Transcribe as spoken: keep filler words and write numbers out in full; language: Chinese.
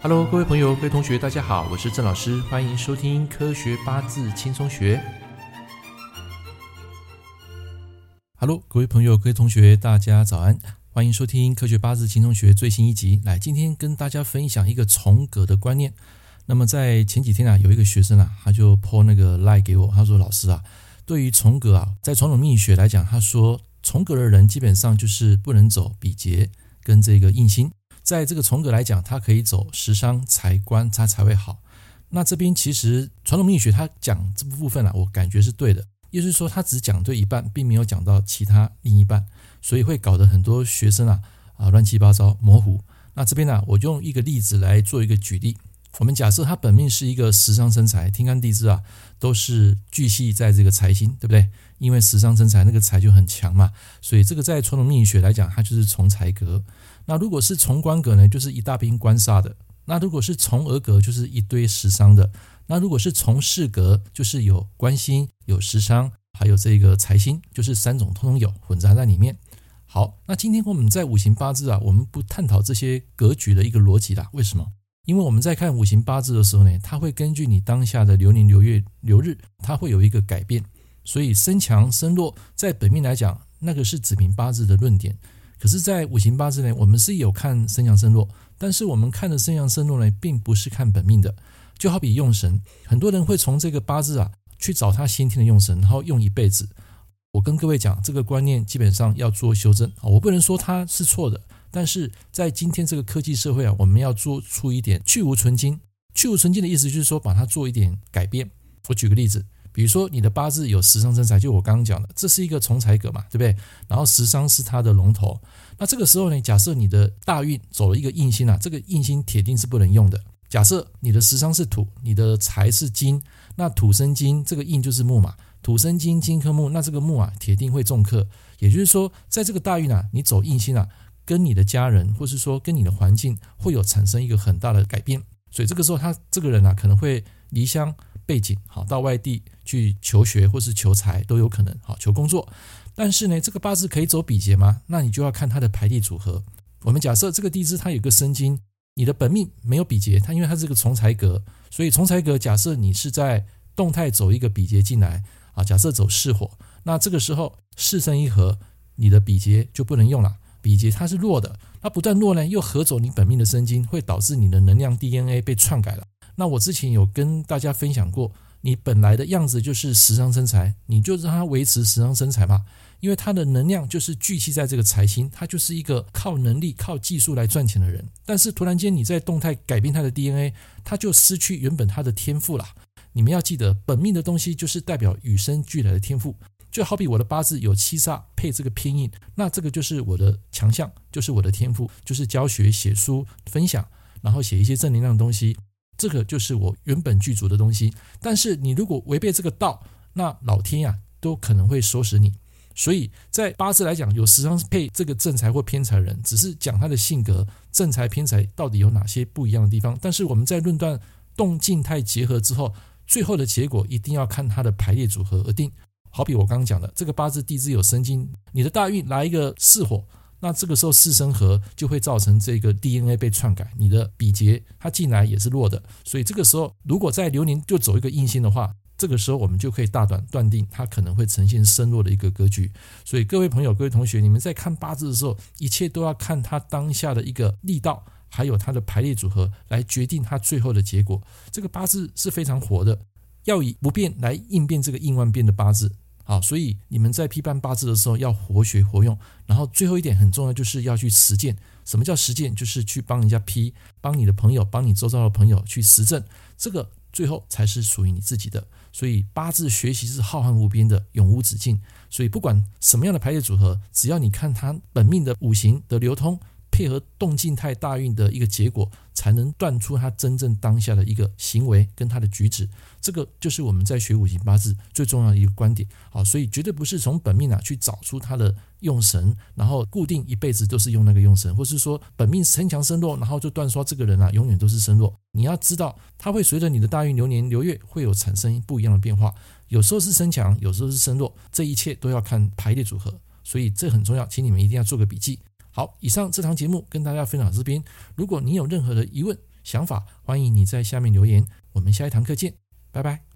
Hello， 各位朋友、各位同学，大家好，我是郑老师，欢迎收听科学八字轻松学。Hello， 各位朋友、各位同学，大家早安，欢迎收听科学八字轻松学最新一集。来，今天跟大家分享一个重格的观念。那么在前几天啊，有一个学生啊，他就 po 那个 line 给我，他说：“老师啊，对于重格啊，在传统命理学来讲，他说重格的人基本上就是不能走比劫跟这个印星。”在这个重格来讲，它可以走食伤财官，它才会好。那这边其实传统命理学它讲这部分啊，我感觉是对的，也就是说它只讲对一半，并没有讲到其他另一半，所以会搞得很多学生啊啊乱七八糟模糊。那这边呢、啊，我就用一个例子来做一个举例。我们假设他本命是一个食伤生财，天干地支啊都是巨细在这个财星，对不对？因为食伤生财那个财就很强嘛，所以这个在传统命理学来讲，它就是重财格。那如果是重官格呢，就是一大兵官煞的；那如果是重额格，就是一堆食伤的；那如果是重事格，就是有官星、有食伤，还有这个财星，就是三种通通有混杂在里面。好，那今天我们在五行八字啊，我们不探讨这些格局的一个逻辑啦。为什么？因为我们在看五行八字的时候呢，它会根据你当下的流年、流月、流日，它会有一个改变。所以身强身弱，在本命来讲，那个是子平八字的论点。可是在五行八字呢，我们是有看身强身弱，但是我们看的身强身弱呢，并不是看本命的。就好比用神，很多人会从这个八字啊去找他先天的用神，然后用一辈子。我跟各位讲，这个观念基本上要做修正。我不能说它是错的，但是在今天这个科技社会啊，我们要做出一点去无存精。去无存精的意思就是说，把它做一点改变。我举个例子。比如说你的八字有食伤生财，就我刚刚讲的，这是一个重财格嘛，对不对？然后食伤是它的龙头，那这个时候呢，假设你的大运走了一个印星啊，这个印星铁定是不能用的。假设你的食伤是土，你的财是金，那土生金，这个印就是木嘛，土生金，金克木，那这个木啊铁定会重克。也就是说，在这个大运啊，你走印星啊，跟你的家人或是说跟你的环境会有产生一个很大的改变，所以这个时候他这个人啊可能会离乡背井，好到外地去求学或是求财都有可能，好求工作。但是呢，这个八字可以走比劫吗？那你就要看它的排列组合。我们假设这个地支它有个申金，你的本命没有比劫，它因为它是个重财格，所以重财格假设你是在动态走一个比劫进来啊，假设走巳火，那这个时候巳申一合，你的比劫就不能用了。比劫它是弱的，它不但弱呢，又合走你本命的申金，会导致你的能量 D N A 被篡改了。那我之前有跟大家分享过，你本来的样子就是食伤生财，你就让它维持食伤生财嘛，因为它的能量就是聚集在这个财星，它就是一个靠能力、靠技术来赚钱的人。但是突然间你在动态改变它的 D N A， 它就失去原本它的天赋啦。你们要记得，本命的东西就是代表与生俱来的天赋。就好比我的八字有七煞配这个偏印，那这个就是我的强项，就是我的天赋，就是教学、写书、分享，然后写一些正能量的东西。这个就是我原本具足的东西，但是你如果违背这个道，那老天呀、啊、都可能会收拾你。所以在八字来讲，有食伤配这个正财或偏财人，只是讲他的性格，正财偏财到底有哪些不一样的地方。但是我们在论断动静态结合之后，最后的结果一定要看它的排列组合而定。好比我刚刚讲的，这个八字地支有申金，你的大运来一个巳火，那这个时候巳申合就会造成这个 D N A 被篡改，你的比劫它进来也是弱的，所以这个时候如果在流年就走一个印星的话，这个时候我们就可以大胆断定它可能会呈现身弱的一个格局。所以各位朋友、各位同学，你们在看八字的时候，一切都要看它当下的一个力道，还有它的排列组合来决定它最后的结果。这个八字是非常活的，要以不变来应变这个应万变的八字。好，所以你们在批判八字的时候要活学活用，然后最后一点很重要，就是要去实践。什么叫实践？就是去帮人家批，帮你的朋友，帮你周遭的朋友去实证，这个最后才是属于你自己的。所以八字学习是浩瀚无边的，永无止境。所以不管什么样的排列组合，只要你看它本命的五行的流通，配合动静态大运的一个结果，才能断出他真正当下的一个行为跟他的举止。这个就是我们在学五行八字最重要的一个观点。好，所以绝对不是从本命啊去找出他的用神，然后固定一辈子都是用那个用神，或是说本命身强身弱，然后就断说这个人啊永远都是身弱。你要知道，他会随着你的大运流年流月会有产生不一样的变化，有时候是身强，有时候是身弱，这一切都要看排列组合。所以这很重要，请你们一定要做个笔记。好，以上这堂节目跟大家分享到这边。如果你有任何的疑问， 想法，欢迎你在下面留言。我们下一堂课见，拜拜。